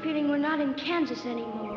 feeling we're not in Kansas anymore.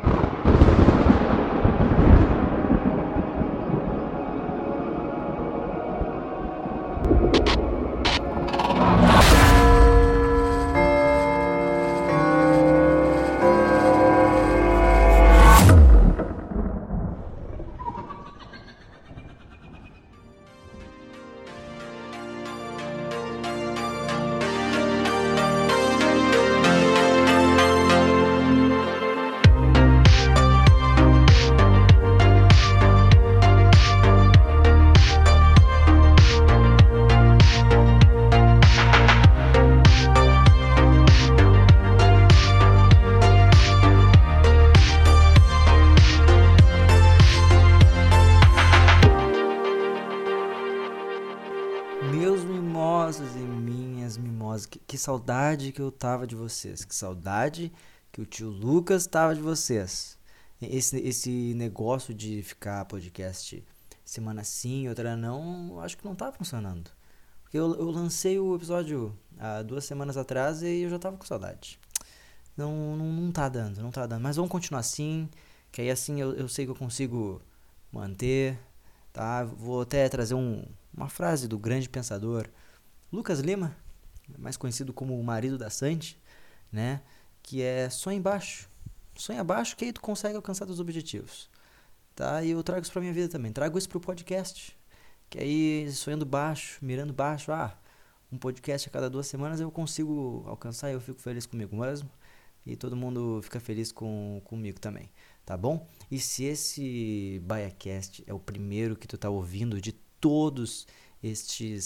Meus mimosos e minhas mimosas, que saudade que eu tava de vocês, que saudade que o tio Lucas tava de vocês. Esse negócio de ficar podcast semana sim, outra não, eu acho que não tá funcionando. Porque eu lancei o episódio há 2 semanas atrás e eu já tava com saudade. Não tá dando, não tá dando. Mas vamos continuar assim, que aí assim eu sei que eu consigo manter, tá? Vou até trazer uma frase do grande pensador Lucas Lima, mais conhecido como o marido da Sandy, né? Que é sonha baixo. Sonha baixo que aí tu consegue alcançar teus objetivos, tá? E eu trago isso pra minha vida também. Trago isso pro podcast, que aí sonhando baixo, mirando baixo, um podcast a cada 2 semanas eu consigo alcançar e eu fico feliz comigo mesmo. E todo mundo fica feliz comigo também, tá bom? E se esse BaiaCast é o primeiro que tu tá ouvindo de todos estes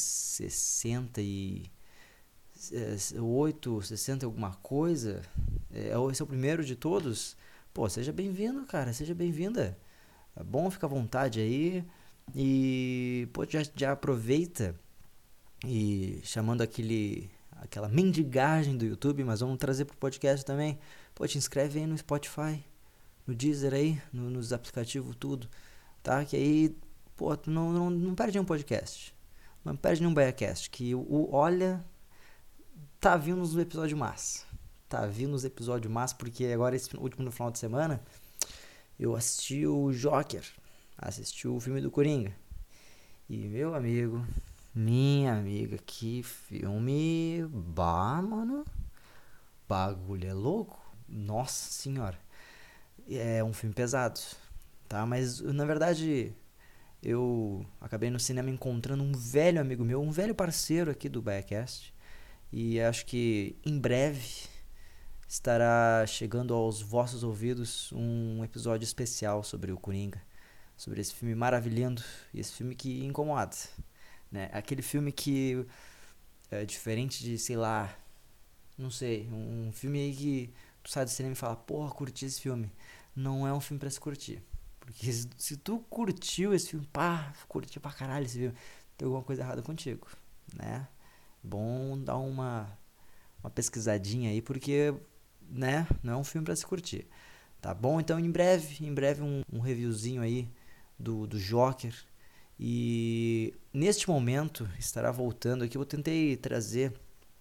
68, 60 alguma coisa, esse é o primeiro de todos, pô, seja bem-vindo, cara, seja bem-vinda. Tá bom? Fica à vontade aí e, pô, já aproveita e chamando aquela mendigagem do YouTube, mas vamos trazer pro podcast também. Pô, te inscreve aí no Spotify, no Deezer aí, nos aplicativos, tudo, tá? Que aí, pô, tu não perde nenhum podcast, não perde nenhum BaiaCast, que olha, tá vindo nos episódios massa. Tá vindo nos episódios massa, porque agora esse último no final de semana, eu assisti o Joker, assisti o filme do Coringa. E meu amigo, minha amiga, que filme, mano, bagulho é louco, nossa senhora, é um filme pesado, tá, mas na verdade eu acabei no cinema encontrando um velho amigo meu, um velho parceiro aqui do BaiaCast, e acho que em breve estará chegando aos vossos ouvidos um episódio especial sobre o Coringa, sobre esse filme maravilhoso e esse filme que incomoda, né? Aquele filme que é diferente de, sei lá, não sei, um filme aí que tu sai do cinema e fala, porra, curti esse filme. Não é um filme pra se curtir. Porque se tu curtiu esse filme, curti pra caralho esse filme, tem alguma coisa errada contigo, né? Bom dar uma pesquisadinha aí, porque, né, não é um filme pra se curtir. Tá bom? Então em breve um reviewzinho aí do Joker. E neste momento estará voltando aqui. Eu tentei trazer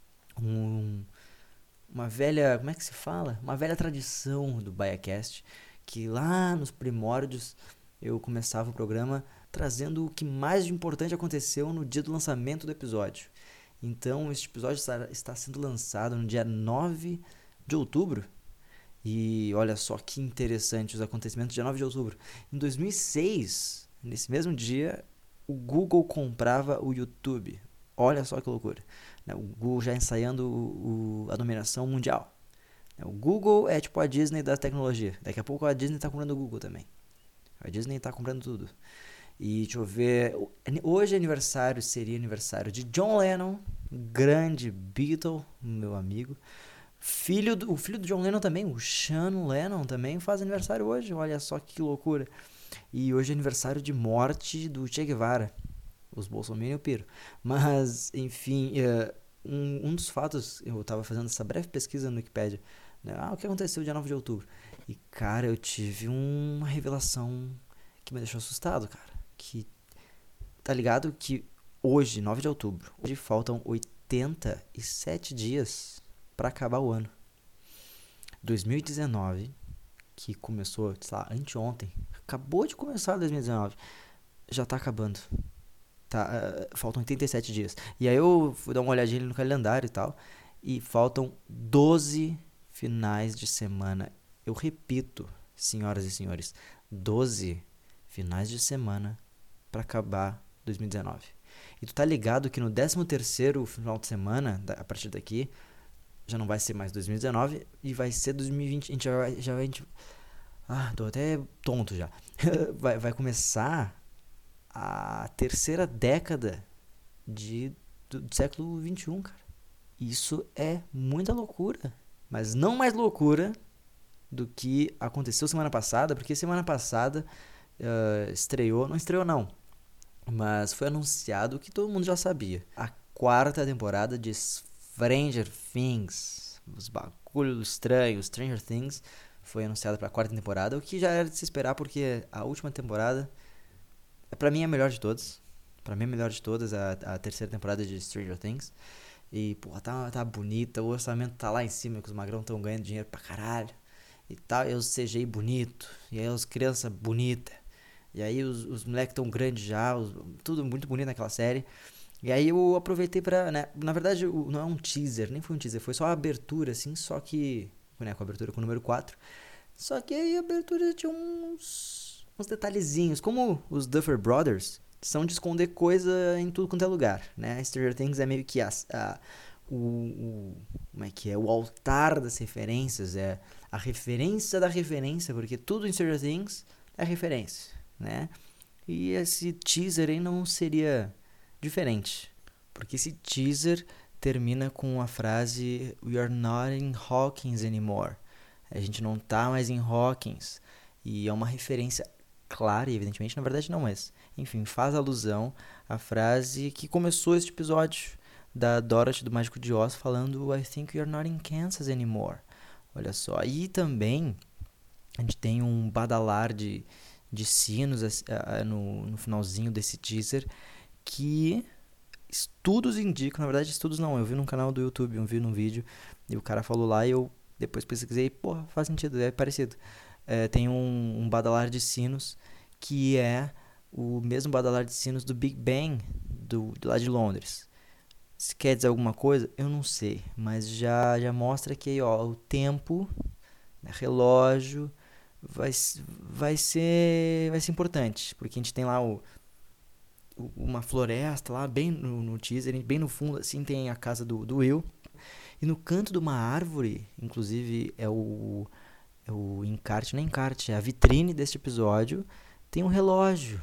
uma velha, como é que se fala? Uma velha tradição do BaiaCast, que lá nos primórdios eu começava o programa trazendo o que mais de importante aconteceu no dia do lançamento do episódio. Então este episódio está sendo lançado no dia 9 de outubro. E olha só que interessante os acontecimentos do dia 9 de outubro. Em 2006, nesse mesmo dia, o Google comprava o YouTube. Olha só que loucura. O Google já ensaiando a dominação mundial. O Google é tipo a Disney da tecnologia. Daqui a pouco a Disney está comprando o Google também. A Disney está comprando tudo. E deixa eu ver. Hoje seria aniversário de John Lennon, grande Beatle, meu amigo. O filho do John Lennon também, o Sean Lennon também faz aniversário hoje. Olha só que loucura. E hoje é aniversário de morte do Che Guevara. Os bolsominions piram. Mas, enfim, um dos fatos, eu tava fazendo essa breve pesquisa no Wikipedia, né? O que aconteceu dia 9 de outubro? E, cara, eu tive uma revelação que me deixou assustado, cara. Que, tá ligado que hoje, 9 de outubro, hoje faltam 87 dias pra acabar o ano. 2019, que começou, sei lá, anteontem, acabou de começar 2019, já tá acabando. Tá, faltam 87 dias. E aí eu fui dar uma olhadinha no calendário e tal, e faltam 12 finais de semana. Eu repito, senhoras e senhores, 12 finais de semana pra acabar 2019. E tu tá ligado que no 13º final de semana, a partir daqui, já não vai ser mais 2019 e vai ser 2020. A gente tô até tonto já. vai começar a terceira década do século XXI, cara. Isso é muita loucura. Mas não mais loucura do que aconteceu semana passada, porque semana passada estreou, não estreou não, mas foi anunciado que todo mundo já sabia. A quarta temporada de Stranger Things, os bagulhos estranhos, Stranger Things, foi anunciada para a quarta temporada, o que já era de se esperar, porque a última temporada, pra mim, é a melhor de todas. Pra mim, é a melhor de todas, a terceira temporada de Stranger Things. E, pô, tá bonita, o orçamento tá lá em cima, que os magrão estão ganhando dinheiro pra caralho. E tal, e os CGI bonito, e aí as crianças bonitas. E aí os moleques tão grandes já, tudo muito bonito naquela série. E aí eu aproveitei pra, né, na verdade não é um teaser, nem foi um teaser, foi só a abertura, assim, só que, né, com a abertura com o número 4. Só que aí a abertura tinha uns detalhezinhos, como os Duffer Brothers são de esconder coisa em tudo quanto é lugar, né? Stranger Things é meio que como é que é? O altar das referências, é a referência da referência, porque tudo em Stranger Things é referência, né? E esse teaser aí não seria diferente, porque esse teaser termina com a frase "We are not in Hawkins anymore". A gente não tá mais em Hawkins. E é uma referência clara e evidentemente, na verdade não, mas enfim, faz alusão à frase que começou este episódio da Dorothy do Mágico de Oz falando "I think you're not in Kansas anymore". Olha só, e também a gente tem um badalar de sinos no finalzinho desse teaser que estudos indicam, na verdade estudos não, eu vi num canal do YouTube, eu vi num vídeo e o cara falou lá e eu depois pesquisei, porra, faz sentido, é parecido. Tem um badalar de sinos que é o mesmo badalar de sinos do Big Ben, do lá de Londres. Se quer dizer alguma coisa, eu não sei, mas já mostra que aí, ó, o tempo, né, relógio, vai ser importante, porque a gente tem lá uma floresta lá, bem no teaser, bem no fundo, assim, tem a casa do Will, e no canto de uma árvore, inclusive é o encarte, não é encarte, é a vitrine deste episódio, tem um relógio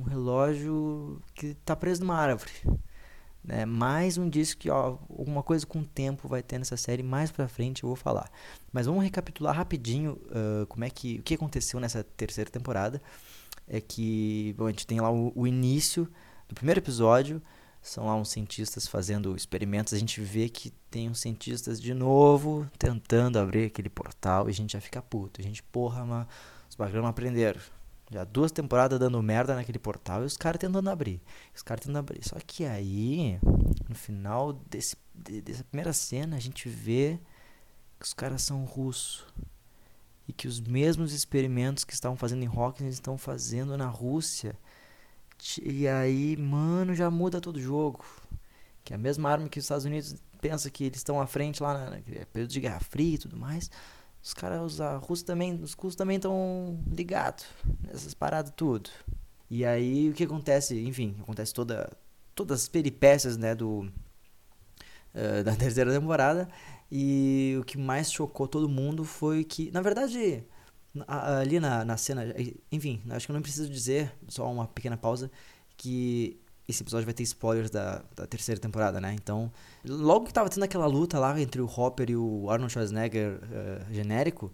que tá preso numa árvore. Né? Mais um disco que, ó, alguma coisa com o tempo vai ter nessa série, mais pra frente eu vou falar. Mas vamos recapitular rapidinho o que aconteceu nessa terceira temporada. É que, bom, a gente tem lá o início do primeiro episódio, são lá uns cientistas fazendo experimentos, a gente vê que tem uns cientistas de novo tentando abrir aquele portal e a gente já fica puto. A gente, porra, mas os bagulhos não aprenderam. Já 2 temporadas dando merda naquele portal e os caras tentando abrir. Só que aí, no final dessa primeira cena, a gente vê que os caras são russos. E que os mesmos experimentos que estavam fazendo em Hawkins estão fazendo na Rússia. E aí, mano, já muda todo o jogo. Que é a mesma arma que os Estados Unidos pensa que eles estão à frente lá no período de Guerra Fria e tudo mais. Os caras, os russos também estão ligados nessas paradas tudo. E aí, o que acontece? Enfim, acontece todas as peripécias, né, da terceira temporada. E o que mais chocou todo mundo foi que, na verdade, ali na cena, enfim, acho que eu não preciso dizer, só uma pequena pausa, que esse episódio vai ter spoilers da terceira temporada, né? Então, logo que tava tendo aquela luta lá entre o Hopper e o Arnold Schwarzenegger genérico,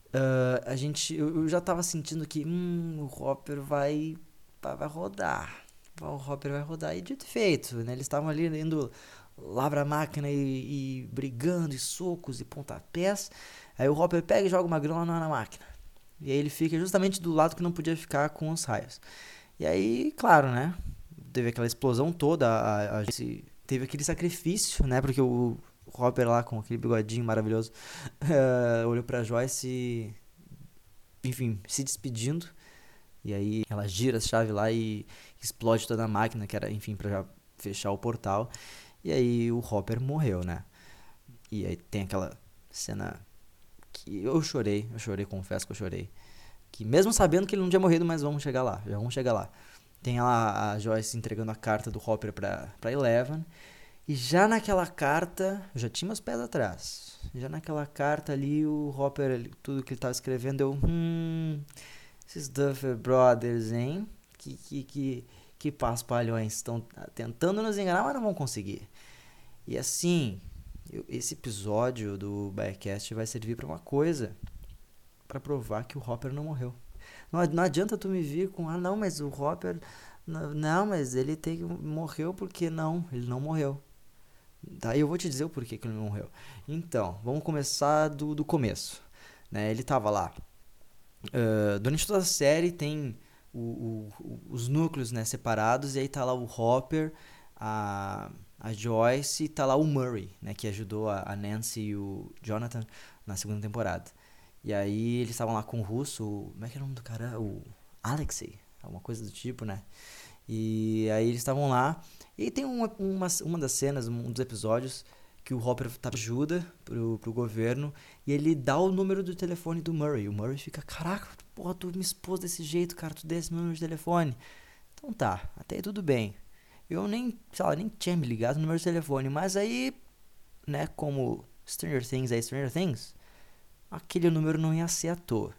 eu já tava sentindo que o Hopper vai rodar. O Hopper vai rodar. E dito e feito, né? Eles estavam ali indo lá pra máquina e brigando, e socos e pontapés. Aí o Hopper pega e joga uma grana na máquina. E aí ele fica justamente do lado que não podia ficar com os raios. E aí, claro, né? Teve aquela explosão toda, teve aquele sacrifício, né? Porque o O Hopper lá com aquele bigodinho maravilhoso olhou pra Joyce e, enfim, se despedindo. E aí ela gira a chave lá e explode toda a máquina, que era, enfim, pra já fechar o portal. E aí o Hopper morreu, né? E aí tem aquela cena que eu chorei, confesso que eu chorei. Que mesmo sabendo que ele não tinha morrido, mas vamos chegar lá, já vamos chegar lá. Tem lá a Joyce entregando a carta do Hopper pra Eleven. E já naquela carta, eu já tinha meus pés atrás. Já naquela carta ali, o Hopper, tudo que ele tava escrevendo, esses Duffer Brothers, hein? Que paspalhões, estão tentando nos enganar, mas não vão conseguir. E assim, esse episódio do Biacast vai servir pra uma coisa. Pra provar que o Hopper não morreu. Não adianta tu me vir com, não, mas o Hopper... Não, mas ele morreu porque não, ele não morreu. Daí eu vou te dizer o porquê que ele não morreu. Então, vamos começar do começo. Né? Ele tava lá. Durante toda a série tem os núcleos, né, separados, e aí tá lá o Hopper, a Joyce, e tá lá o Murray, né, que ajudou a Nancy e o Jonathan na segunda temporada. E aí eles estavam lá com o russo, como é que é o nome do cara? O Alexei, alguma coisa do tipo, né? E aí eles estavam lá, e tem uma das cenas, um dos episódios, que o Hopper ajuda pro governo, e ele dá o número do telefone do Murray. O Murray fica, caraca, porra, tu me expôs desse jeito, cara, tu desse meu número de telefone. Então tá, até aí tudo bem. Eu nem tinha me ligado no número de telefone, mas aí, né, como Stranger Things é Stranger Things, aquele número não ia ser à toa.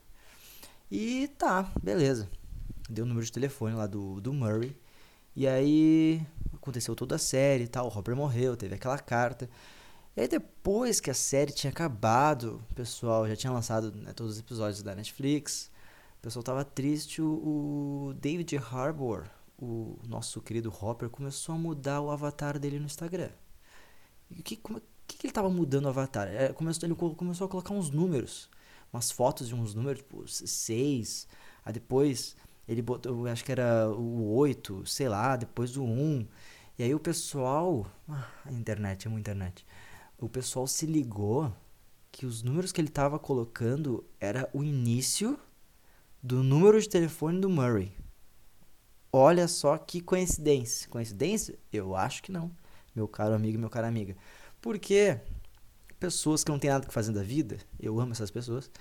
E tá, beleza. Deu o número de telefone lá do Murray. E aí aconteceu toda a série e tal. O Hopper morreu, teve aquela carta. E aí depois que a série tinha acabado, o pessoal já tinha lançado, né, todos os episódios da Netflix. O pessoal tava triste. O David Harbour, o nosso querido Hopper, começou a mudar o avatar dele no Instagram. E o que ele tava mudando o avatar? Ele começou a colocar uns números. Umas fotos de uns números, tipo, 6. Aí depois ele botou, acho que era o 8, sei lá, depois do 1. E aí o pessoal... a internet, é uma internet. O pessoal se ligou que os números que ele tava colocando era o início do número de telefone do Murray. Olha só que coincidência. Coincidência? Eu acho que não, meu caro amigo e meu cara amiga. Porque pessoas que não têm nada que fazer da vida, eu amo essas pessoas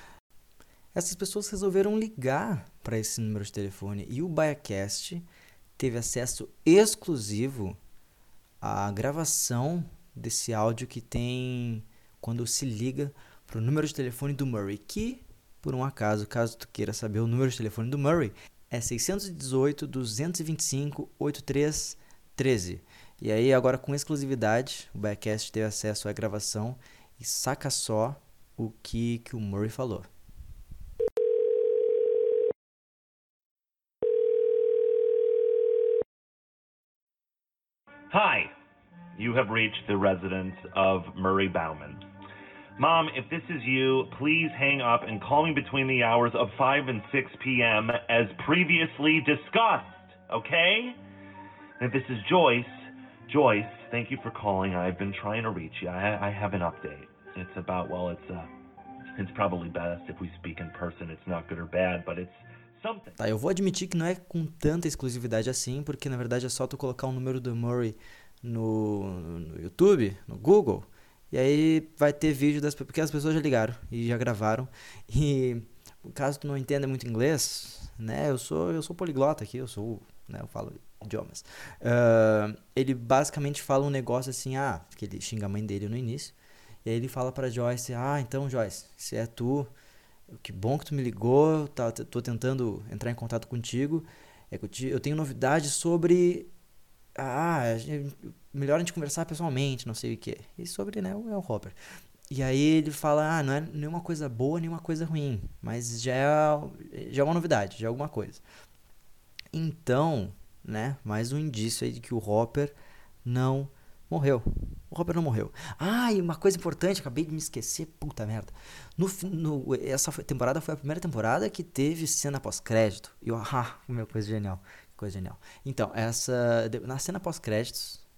resolveram ligar para esse número de telefone. E o Biacast teve acesso exclusivo à gravação desse áudio que tem quando se liga para o número de telefone do Murray, que, por um acaso, caso tu queira saber o número de telefone do Murray, é 618-225-8313. E aí, agora com exclusividade, o Biacast teve acesso à gravação e saca só o que o Murray falou. Hi, you have reached the residence of Murray Bauman. Mom, if this is you, please hang up and call me between the hours of 5 and 6 p.m. as previously discussed, okay? And if this is Joyce, thank you for calling. I've been trying to reach you. I have an update. It's about, it's probably best if we speak in person. It's not good or bad, but it's something. Tá, eu vou admitir que não é com tanta exclusividade assim, porque na verdade é só tu colocar o número do Murray no YouTube, no Google, e aí vai ter vídeo porque as pessoas já ligaram e já gravaram. E caso tu não entenda muito inglês, né, eu sou poliglota aqui, eu falo idiomas. Ele basicamente fala um negócio assim, que ele xinga a mãe dele no início, e aí ele fala pra Joyce, então Joyce, se é tu, que bom que tu me ligou, tô tentando entrar em contato contigo, eu tenho novidades sobre... melhor a gente conversar pessoalmente, não sei o que. E sobre, né, o Hopper. E aí ele fala, não é nenhuma coisa boa, nenhuma coisa ruim, mas já é uma novidade, já é alguma coisa. Então, né, mais um indício aí de que o Hopper não morreu. O Hopper não morreu. E uma coisa importante, acabei de me esquecer, puta merda. Essa temporada foi a primeira temporada que teve cena pós-crédito. E coisa genial. Então, na cena pós-créditos,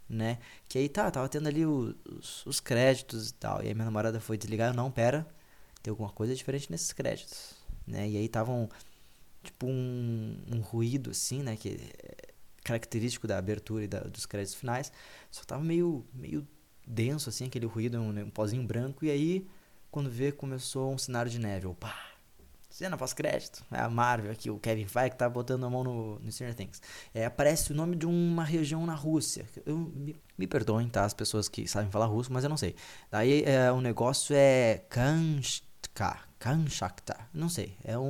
né? Que aí tava tendo ali os créditos e tal. E aí minha namorada foi desligar, não, pera, tem alguma coisa diferente nesses créditos, né? E aí estavam, tipo, um ruído, assim, né? Que é característico da abertura e dos créditos finais. Só tava meio denso, assim, aquele ruído, um pozinho branco. E aí, quando vê, começou um cenário de neve. Opa! Cena pós-crédito. É a Marvel aqui, o Kevin Feige que tá botando a mão no Stranger Things. Aparece o nome de uma região na Rússia. Me perdoem, tá? As pessoas que sabem falar russo, mas eu não sei. Daí o negócio é Kamchatka. Não sei.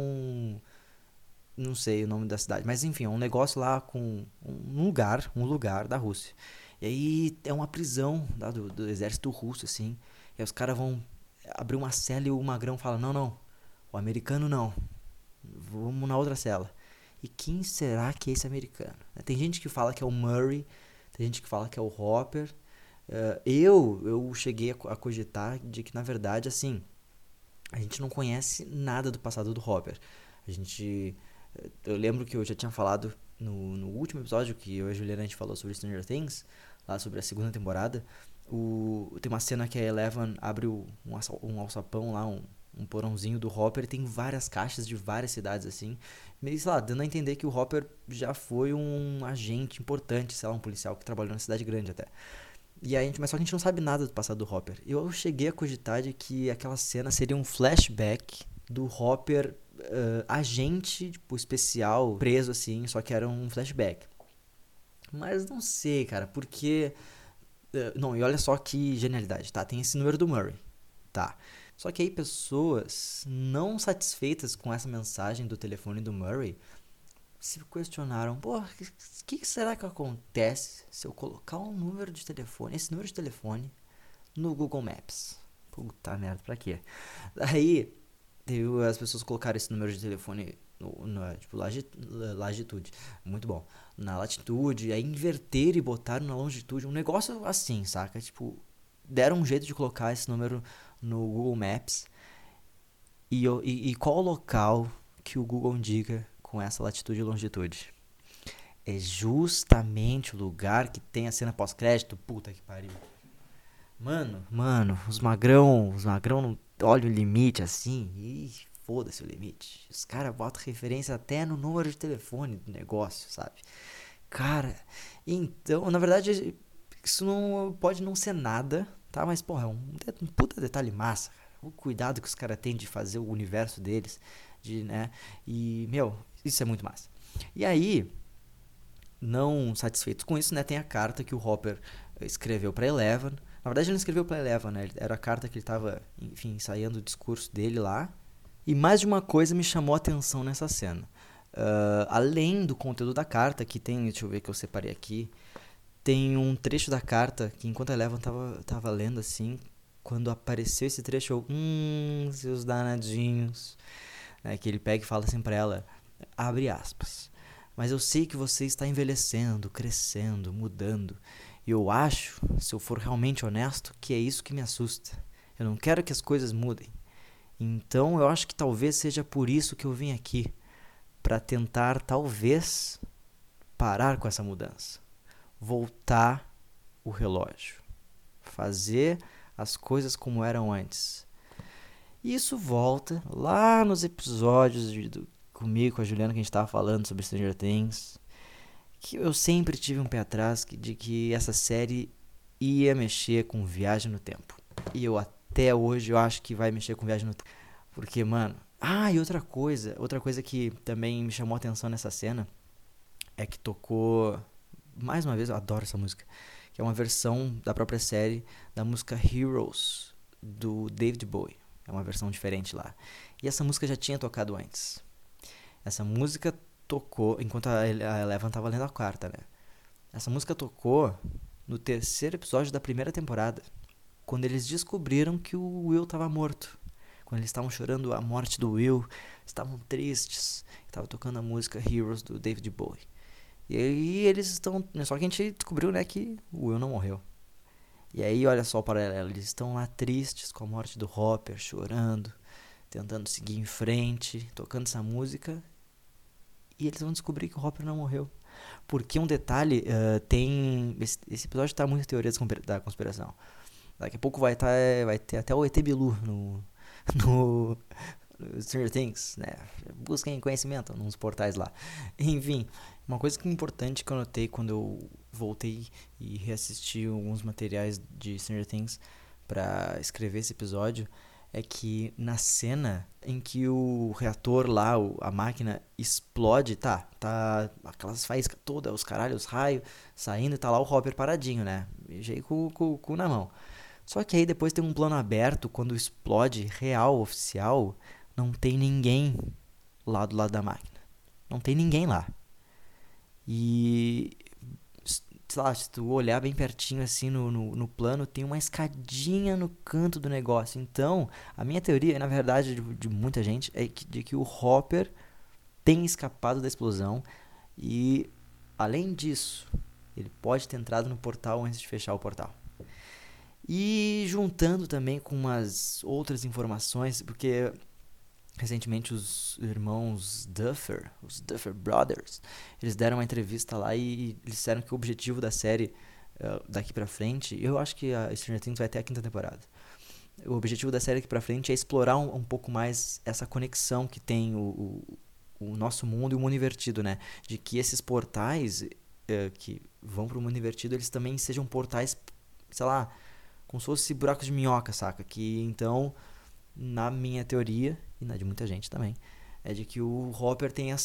Não sei o nome da cidade. Mas enfim, é um negócio lá com um lugar da Rússia. E aí é uma prisão do exército russo, assim. E aí os caras vão abrir uma cela e o magrão fala, não. O americano não. Vamos na outra cela. E quem será que é esse americano? Tem gente que fala que é o Murray. Tem gente que fala que é o Hopper. Eu cheguei a cogitar de que, na verdade, assim, a gente não conhece nada do passado do Hopper. Eu lembro que eu já tinha falado no último episódio que eu e a Juliana a gente falou sobre Stranger Things, lá sobre a segunda temporada. Tem uma cena que a Eleven abre um alçapão lá, um porãozinho do Hopper, e tem várias caixas de várias cidades, assim, meio, sei lá, dando a entender que o Hopper já foi um agente importante, sei lá, um policial que trabalhou na cidade grande até. Mas só que a gente não sabe nada do passado do Hopper. Eu cheguei a cogitar de que aquela cena seria um flashback do Hopper agente, tipo, especial, preso, assim, só que era um flashback. Mas não sei, cara, porque... não, e olha só que genialidade, tá? Tem esse número do Murray, tá? Só que aí pessoas não satisfeitas com essa mensagem do telefone do Murray se questionaram, pô, o que será que acontece se eu colocar esse número de telefone no Google Maps? Puta merda, pra quê? Daí, as pessoas colocaram esse número de telefone tipo, latitude, muito bom, na latitude, aí inverteram e botaram na longitude, um negócio assim, saca? Tipo, deram um jeito de colocar esse número no Google Maps e qual o local que o Google indica com essa latitude e longitude? É justamente o lugar que tem a cena pós-crédito. Puta que pariu. Mano, os magrão não olham o limite assim. Ih, foda-se o limite. Os caras botam referência até no número de telefone do negócio, sabe? Cara, então, na verdade, isso não pode não ser nada, tá? Mas, porra, é um puta detalhe massa, cara. O cuidado que os caras têm de fazer o universo deles, né? E, isso é muito massa. E aí, não satisfeitos com isso, né? Tem a carta que o Hopper escreveu pra Eleven. Na verdade, ele não escreveu pra Eleven, né? Era a carta que ele tava, enfim, ensaiando o discurso dele lá. E mais de uma coisa me chamou a atenção nessa cena. Além do conteúdo da carta, que tem, deixa eu ver que eu separei aqui, tem um trecho da carta que enquanto a Eleven tava lendo assim, quando apareceu esse trecho, seus danadinhos, né, que ele pega e fala assim pra ela, abre aspas, mas eu sei que você está envelhecendo, crescendo, mudando, e eu acho, se eu for realmente honesto, que é isso que me assusta. Eu não quero que as coisas mudem. Então eu acho que talvez seja por isso que eu vim aqui, para tentar, talvez, parar com essa mudança. Voltar o relógio. Fazer as coisas como eram antes. E isso volta lá nos episódios comigo, com a Juliana, que a gente estava falando sobre Stranger Things. Que eu sempre tive um pé atrás de que essa série ia mexer com viagem no tempo. E eu até hoje eu acho que vai mexer com viagem no tempo. Porque, mano... e outra coisa que também me chamou a atenção nessa cena é que tocou, mais uma vez, eu adoro essa música, que é uma versão da própria série da música Heroes, do David Bowie. É uma versão diferente lá. E essa música já tinha tocado antes. Essa música tocou, enquanto a Eleven tava lendo a carta, né? Essa música tocou no terceiro episódio da primeira temporada, quando eles descobriram que o Will tava morto. Quando eles estavam chorando a morte do Will, estavam tristes, estava tocando a música Heroes do David Bowie. E aí eles estão... Só que a gente descobriu, né, que o Will não morreu. E aí, olha só o paralelo, eles estão lá tristes com a morte do Hopper, chorando, tentando seguir em frente, tocando essa música, e eles vão descobrir que o Hopper não morreu. Porque um detalhe, tem... Esse episódio tá muito teoria da conspiração. Daqui a pouco vai ter até o ET Bilu no Stranger Things, né? Busquem conhecimento nos portais lá. Enfim, uma coisa que é importante que eu notei quando eu voltei e reassisti alguns materiais de Stranger Things pra escrever esse episódio, é que na cena em que o reator lá, a máquina explode, tá aquelas faíscas todas, os caralhos, os raios saindo, e tá lá o Hopper paradinho, né? Já com o cu na mão. Só que aí depois tem um plano aberto, quando explode, real, oficial, não tem ninguém lá do lado da máquina. Não tem ninguém lá. E, sei lá, se tu olhar bem pertinho assim no plano, tem uma escadinha no canto do negócio. Então, a minha teoria, na verdade, de muita gente, é de que o Hopper tem escapado da explosão. E, além disso, ele pode ter entrado no portal antes de fechar o portal. E juntando também com umas outras informações, porque recentemente os irmãos Duffer, os Duffer Brothers, eles deram uma entrevista lá e eles disseram que o objetivo da série daqui pra frente, eu acho que a Stranger Things vai ter a 5ª temporada. O objetivo da série daqui pra frente é explorar um pouco mais essa conexão que tem o nosso mundo e o mundo invertido, né? De que esses portais que vão pro mundo invertido, eles também sejam portais, sei lá, como se fosse buracos de minhoca, saca? Que então, na minha teoria, e na de muita gente também, é de que o Hopper tenha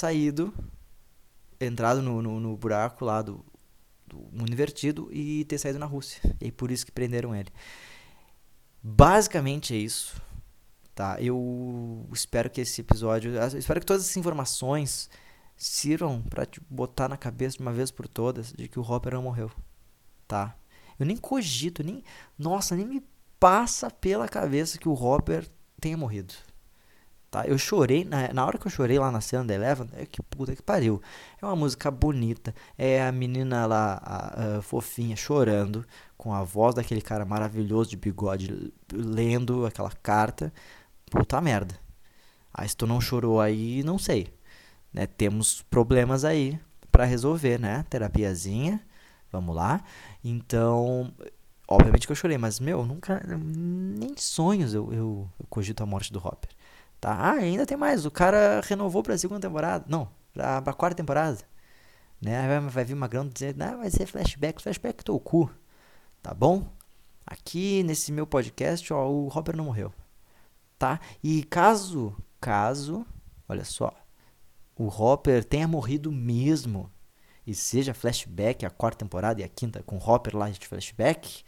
entrado no buraco lá do mundo invertido e ter saído na Rússia. E aí por isso que prenderam ele. Basicamente é isso, tá? Eu espero que esse episódio, espero que todas essas informações sirvam pra te botar na cabeça de uma vez por todas de que o Hopper não morreu, tá? Eu nem cogito, nem me passa pela cabeça que o Hopper tenha morrido, tá? Eu chorei, na hora que eu chorei lá na cena da Eleven, que puta que pariu. É uma música bonita, é a menina lá, a fofinha, chorando, com a voz daquele cara maravilhoso de bigode, lendo aquela carta. Puta merda. Aí se tu não chorou aí, não sei, né? Temos problemas aí pra resolver, né? Terapiazinha, vamos lá. Então, obviamente que eu chorei, mas, nunca, nem sonhos eu cogito a morte do Hopper, tá? Ainda tem mais, o cara renovou pra 2ª temporada, não, pra 4ª temporada, né? Vai vir uma grande dizer, vai ser flashback teu cu, tá bom? Aqui nesse meu podcast, ó, o Hopper não morreu, tá? E caso, olha só, o Hopper tenha morrido mesmo, e seja flashback, a 4ª temporada e a 5ª com Hopper lá de flashback,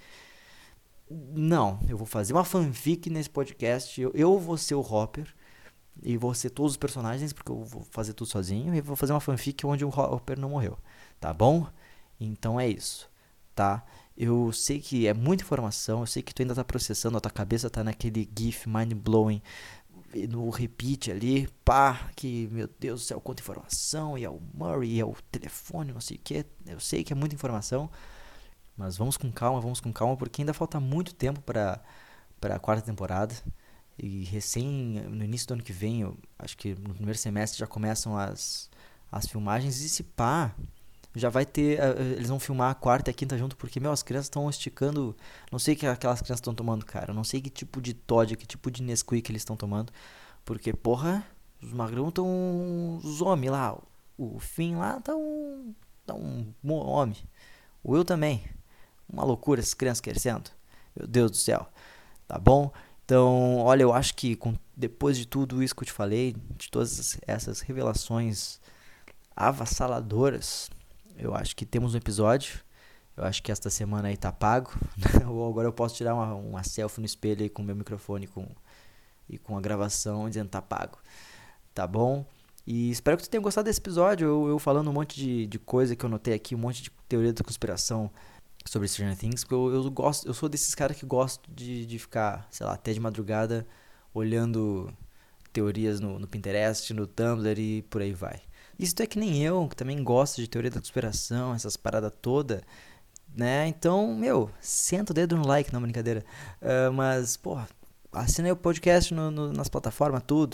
não, eu vou fazer uma fanfic nesse podcast, eu vou ser o Hopper e vou ser todos os personagens, porque eu vou fazer tudo sozinho, e vou fazer uma fanfic onde o Hopper não morreu, tá bom? Então é isso, tá? Eu sei que é muita informação, eu sei que tu ainda tá processando, a tua cabeça tá naquele gif mind-blowing, no repeat ali, que, meu Deus do céu, quanta informação, e é o Murray, e é o telefone, não sei o que, eu sei que é muita informação, mas vamos com calma, porque ainda falta muito tempo pra 4ª temporada, e no início do ano que vem, eu acho que no primeiro semestre já começam as filmagens, e se já vai ter, eles vão filmar a 4ª e a 5ª junto, porque, as crianças estão esticando, não sei o que aquelas crianças estão tomando, cara, eu não sei que tipo de Todd, que tipo de Nesquik eles estão tomando, porque, porra, os magrão estão, os homens lá, o Finn lá tá um homem, o Will também, uma loucura essas crianças crescendo, meu Deus do céu, tá bom? Então, olha, eu acho que depois de tudo isso que eu te falei, de todas essas revelações avassaladoras, eu acho que temos um episódio. Eu acho que esta semana aí tá pago. Ou agora eu posso tirar uma selfie no espelho aí com o meu microfone e com a gravação dizendo tá pago. Tá bom? E espero que tu tenha gostado desse episódio. Eu falando um monte de coisa que eu notei aqui, um monte de teoria da conspiração sobre Stranger Things. Porque eu sou desses caras que gosto de ficar, sei lá, até de madrugada olhando teorias no Pinterest, no Tumblr e por aí vai. Isso é que nem eu, que também gosto de teoria da conspiração, essas paradas todas, né? Então, senta o dedo no like, não, brincadeira. Mas, porra, assina aí o podcast nas plataformas, tudo,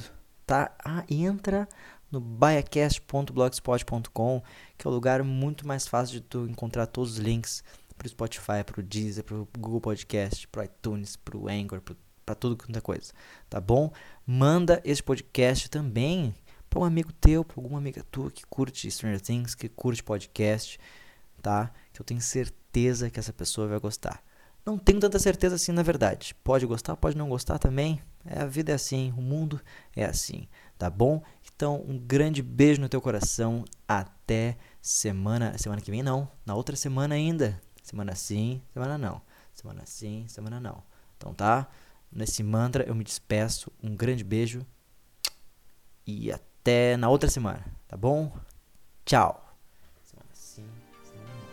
tá? Entra no baiacast.blogspot.com, que é o lugar muito mais fácil de tu encontrar todos os links pro Spotify, pro Deezer, pro Google Podcast, pro iTunes, pro Anchor, pra tudo quanto é coisa, tá bom? Manda esse podcast também pra um amigo teu, pra alguma amiga tua que curte Stranger Things, que curte podcast, tá? Que eu tenho certeza que essa pessoa vai gostar. Não tenho tanta certeza assim, na verdade. Pode gostar, pode não gostar também. A vida é assim, o mundo é assim, tá bom? Então, um grande beijo no teu coração. Até semana que vem não, na outra semana ainda. Semana sim, semana não. Semana sim, semana não. Então tá? Nesse mantra eu me despeço. Um grande beijo. E até na outra semana, tá bom? Tchau. Semana sim, semana não.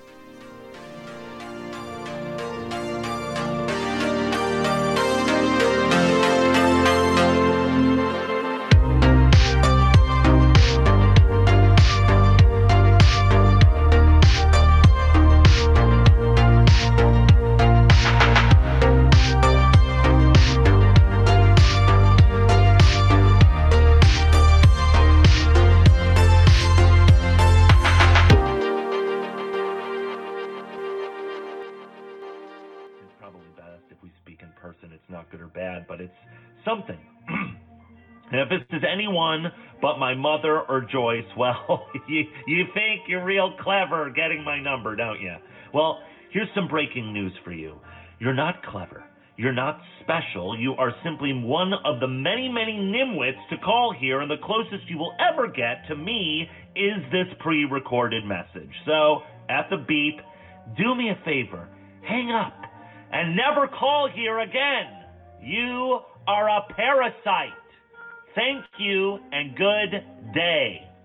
It's not good or bad, but it's something. And if this is anyone but my mother or Joyce, well, you think you're real clever getting my number, don't you? Well, here's some breaking news for you. You're not clever. You're not special. You are simply one of the many, many nimwits to call here, and the closest you will ever get to me is this pre-recorded message. So, at the beep, do me a favor. Hang up and never call here again. You are a parasite. Thank you and good day.